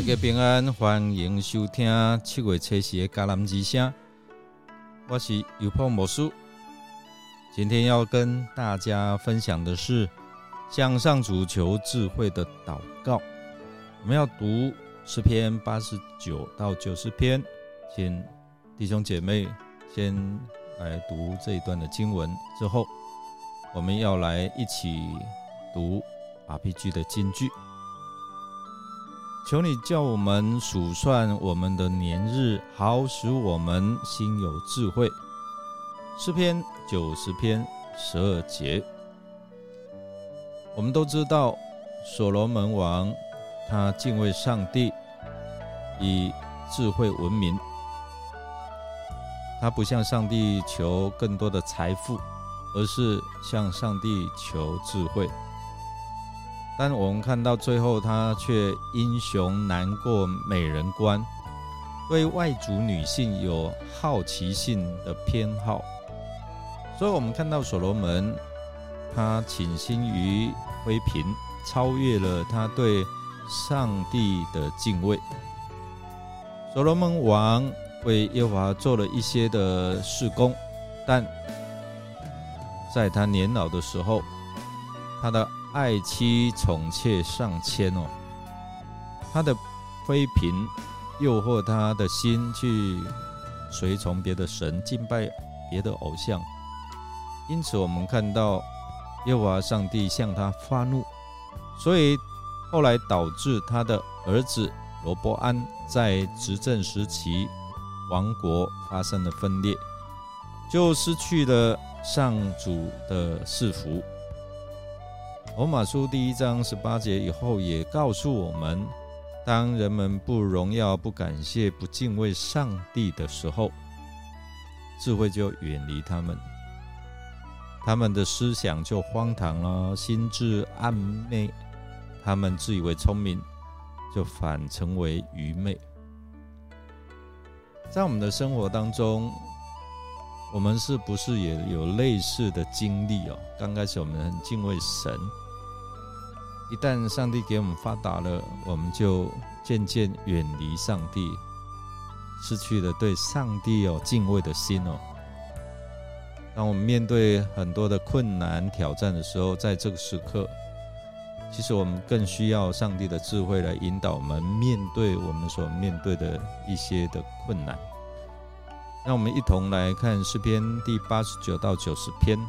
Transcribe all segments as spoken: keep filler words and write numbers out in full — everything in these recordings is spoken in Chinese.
家平安，欢迎收听七月初四的迦南之声。我是尤破牧师，今天要跟大家分享的是向上主求智慧的祷告。我们要读诗篇八十九到九十篇，请弟兄姐妹先来读这一段的经文，之后我们要来一起读 R P G 的金句。求你叫我们数算我们的年日，好使我们心有智慧。诗篇九十篇十二节。我们都知道所罗门王他敬畏上帝，以智慧闻名。他不向上帝求更多的财富，而是向上帝求智慧。但我们看到最后，他却英雄难过美人关，对外族女性有好奇心的偏好。所以我们看到所罗门他倾心于妃嫔，超越了他对上帝的敬畏。所罗门王为耶和华做了一些的事工，但在他年老的时候，他的爱妻宠妾上千哦，他的妃嫔诱惑他的心去随从别的神，敬拜别的偶像。因此我们看到耶和华上帝向他发怒，所以后来导致他的儿子罗波安在执政时期王国发生了分裂，就失去了上主的赐福。罗马书第一章十八节以后也告诉我们，当人们不荣耀、不感谢、不敬畏上帝的时候，智慧就远离他们，他们的思想就荒唐了，心智暗昧，他们自以为聪明，就反成为愚昧。在我们的生活当中，我们是不是也有类似的经历哦？刚开始我们很敬畏神，一旦上帝给我们发达了，我们就渐渐远离上帝，失去了对上帝有敬畏的心哦。当我们面对很多的困难挑战的时候，在这个时刻，其实我们更需要上帝的智慧来引导我们面对我们所面对的一些的困难。让我们一同来看诗篇第八十九到九十篇。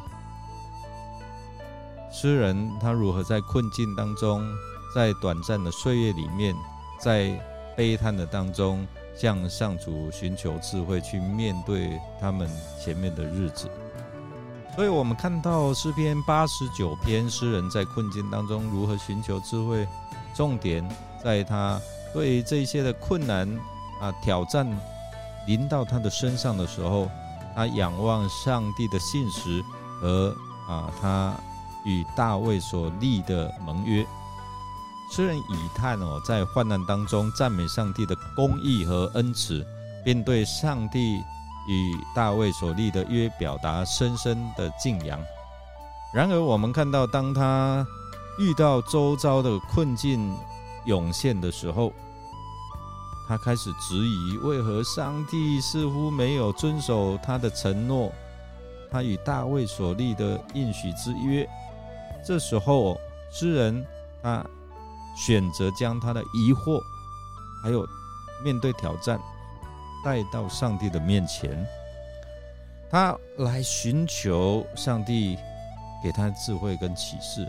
诗人他如何在困境当中，在短暂的岁月里面，在悲叹的当中，向上主寻求智慧，去面对他们前面的日子。所以我们看到诗篇八十九篇，诗人在困境当中如何寻求智慧，重点在他对于这些的困难啊挑战临到他的身上的时候，他仰望上帝的信实和啊他与大卫所立的盟约。诗人以叹哦，在患难当中赞美上帝的公义和恩慈，并对上帝与大卫所立的约表达深深的敬仰。然而我们看到，当他遇到周遭的困境涌现的时候，他开始质疑为何上帝似乎没有遵守他的承诺，他与大卫所立的应许之约。这时候诗人他选择将他的疑惑还有面对挑战带到上帝的面前，他来寻求上帝给他智慧跟启示。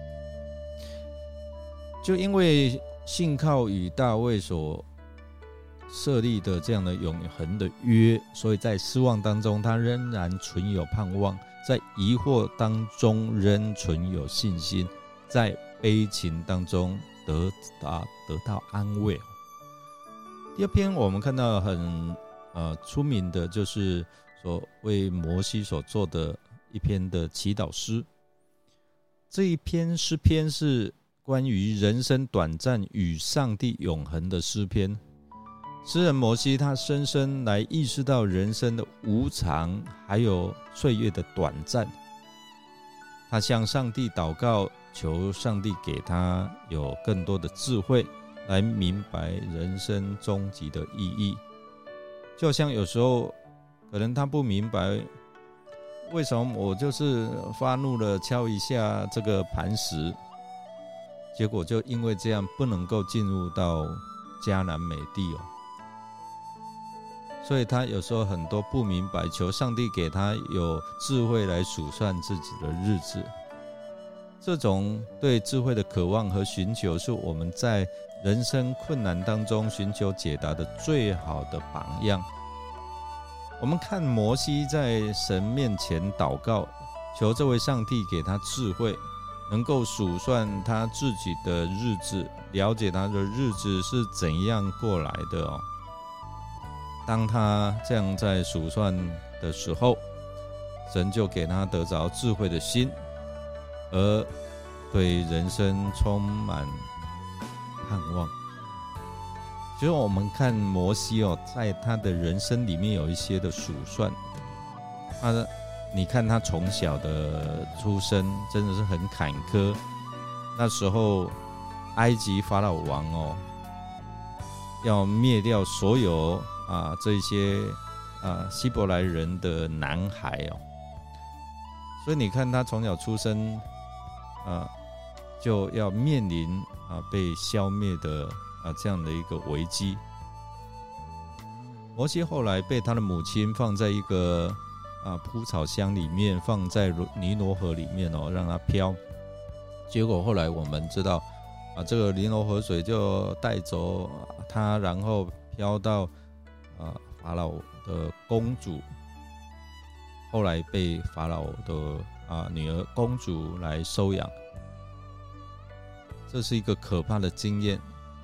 就因为信靠与大卫所设立的这样的永恒的约，所以在失望当中他仍然存有盼望，在疑惑当中仍存有信心，在悲情当中得到得到安慰。第二篇我们看到很呃出名的，就是所为摩西所做的一篇的祈祷诗。这一篇诗篇是关于人生短暂与上帝永恒的诗篇。诗人摩西他深深来意识到人生的无常，还有岁月的短暂。他向上帝祷告，求上帝给他有更多的智慧， 来明白人生终极的意义。就像有时候可能他不明白为什么我就是发怒了敲一下这个磐石，结果就因为这样不能够进入到迦南美地哦。所以他有时候很多不明白，求上帝给他有智慧来数算自己的日子。这种对智慧的渴望和寻求，是我们在人生困难当中寻求解答的最好的榜样。我们看摩西在神面前祷告，求这位上帝给他智慧，能够数算他自己的日子，了解他的日子是怎样过来的哦。当他这样在数算的时候，神就给他得着智慧的心，而对人生充满盼望。其实我们看摩西哦，在他的人生里面有一些的数算，他你看他从小的出生真的是很坎坷。那时候埃及法老王哦，要灭掉所有啊这些啊希伯来人的男孩哦，所以你看他从小出生啊，就要面临啊被消灭的啊这样的一个危机。摩西后来被他的母亲放在一个啊蒲草箱里面，放在尼罗河里面哦，让它飘。结果后来我们知道啊，这个尼罗河水就带走他，然后飘到啊法老的公主，后来被法老的啊女儿公主来收养。这是一个可怕的经验。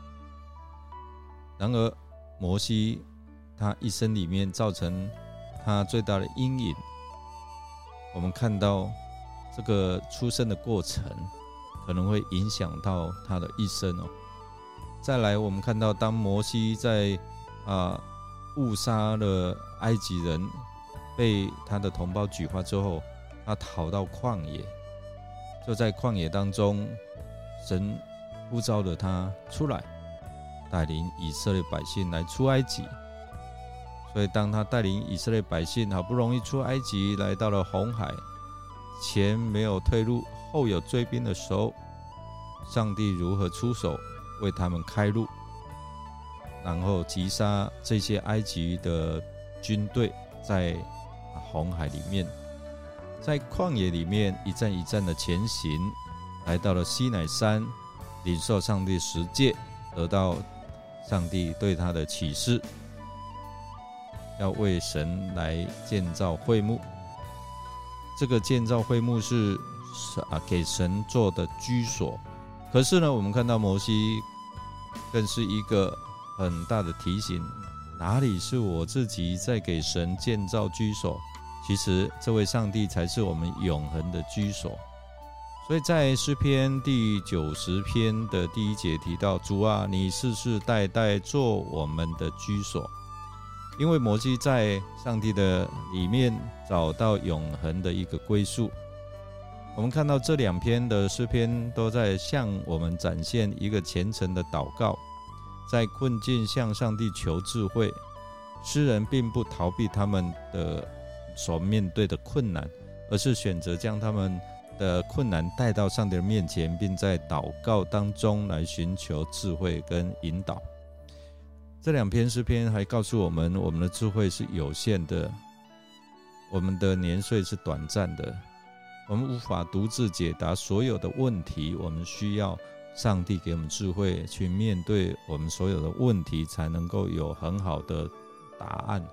然而摩西他一生里面造成他最大的阴影，我们看到这个出生的过程可能会影响到他的一生哦。再来我们看到当摩西在啊误杀了埃及人，被他的同胞举发之后，他逃到旷野，就在旷野当中，神呼召了他出来，带领以色列百姓来出埃及。所以当他带领以色列百姓好不容易出埃及，来到了红海，前没有退路，后有追兵的时候，上帝如何出手为他们开路，然后击杀这些埃及的军队，在红海里面，在旷野里面一站一站的前行，来到了西乃山，领受上帝十诫，得到上帝对他的启示，要为神来建造会幕。这个建造会幕是给神做的居所。可是呢，我们看到摩西更是一个很大的提醒，哪里是我自己在给神建造居所，其实这位上帝才是我们永恒的居所。所以在诗篇第九十篇的第一节提到，主啊，你世世代代做我们的居所。因为摩西在上帝的里面找到永恒的一个归宿。我们看到这两篇的诗篇都在向我们展现一个虔诚的祷告，在困境向上帝求智慧。诗人并不逃避他们的所面对的困难，而是选择将他们的困难带到上帝的面前，并在祷告当中来寻求智慧跟引导。这两篇诗篇还告诉我们，我们的智慧是有限的，我们的年岁是短暂的，我们无法独自解答所有的问题，我们需要上帝给我们智慧去面对我们所有的问题，才能够有很好的答案。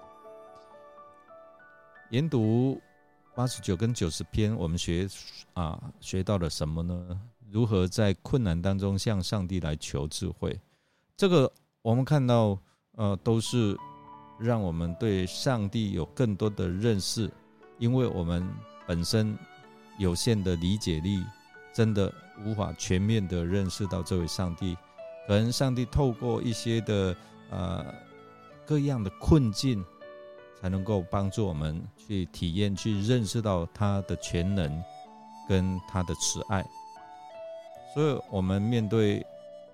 研读八十九跟九十篇，我们学啊学到了什么呢？如何在困难当中向上帝来求智慧？这个我们看到，呃，都是让我们对上帝有更多的认识，因为我们本身有限的理解力，真的无法全面的认识到这位上帝。可能上帝透过一些的呃各样的困境，才能够帮助我们去体验、去认识到他的全能跟他的慈爱。所以我们面对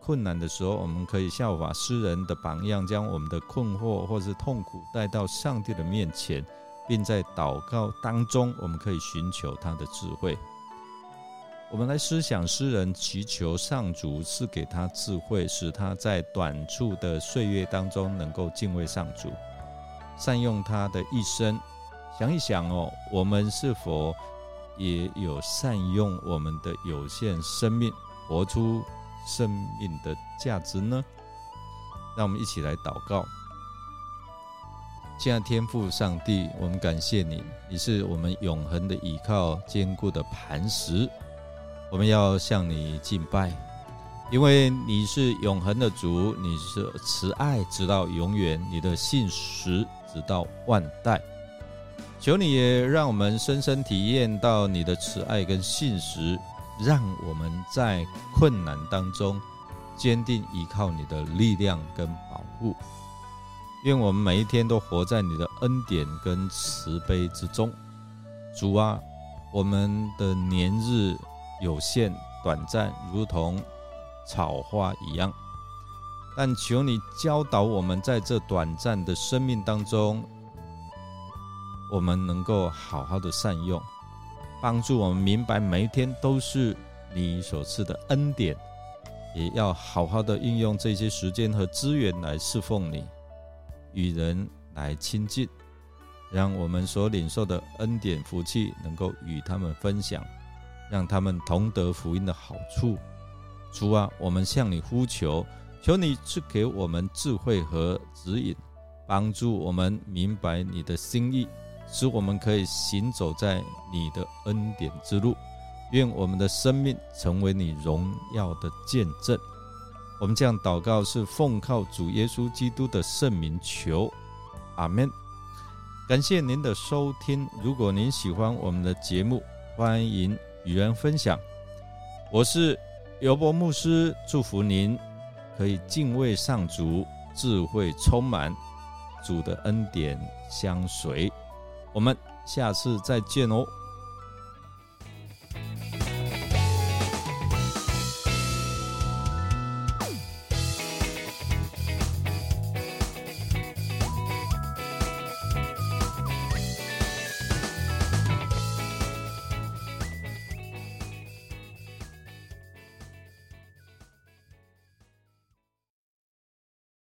困难的时候，我们可以效法诗人的榜样，将我们的困惑或是痛苦带到上帝的面前，并在祷告当中，我们可以寻求他的智慧。我们来思想诗人祈求上主赐给他智慧，使他在短促的岁月当中能够敬畏上主，善用他的一生。想一想哦，我们是否也有善用我们的有限生命，活出生命的价值呢？让我们一起来祷告。亲爱的天父上帝，我们感谢你，你是我们永恒的依靠，坚固的磐石。我们要向你敬拜，因为你是永恒的主，你是慈爱直到永远，你的信实直到万代。求你也让我们深深体验到你的慈爱跟信实，让我们在困难当中坚定依靠你的力量跟保护。愿我们每一天都活在你的恩典跟慈悲之中。主啊，我们的年日有限短暂，如同草花一样，但求你教导我们在这短暂的生命当中，我们能够好好的善用，帮助我们明白每一天都是你所赐的恩典，也要好好的运用这些时间和资源来侍奉你，与人来亲近，让我们所领受的恩典福气能够与他们分享，让他们同得福音的好处。主啊，我们向你呼求，求你赐给我们智慧和指引，帮助我们明白你的心意，使我们可以行走在你的恩典之路。愿我们的生命成为你荣耀的见证。我们这样祷告是奉靠主耶稣基督的圣名求，阿们。感谢您的收听，如果您喜欢我们的节目，欢迎与人分享。我是尤伯牧师，祝福您可以敬畏上主，智慧充满，主的恩典相随。我们下次再见哦。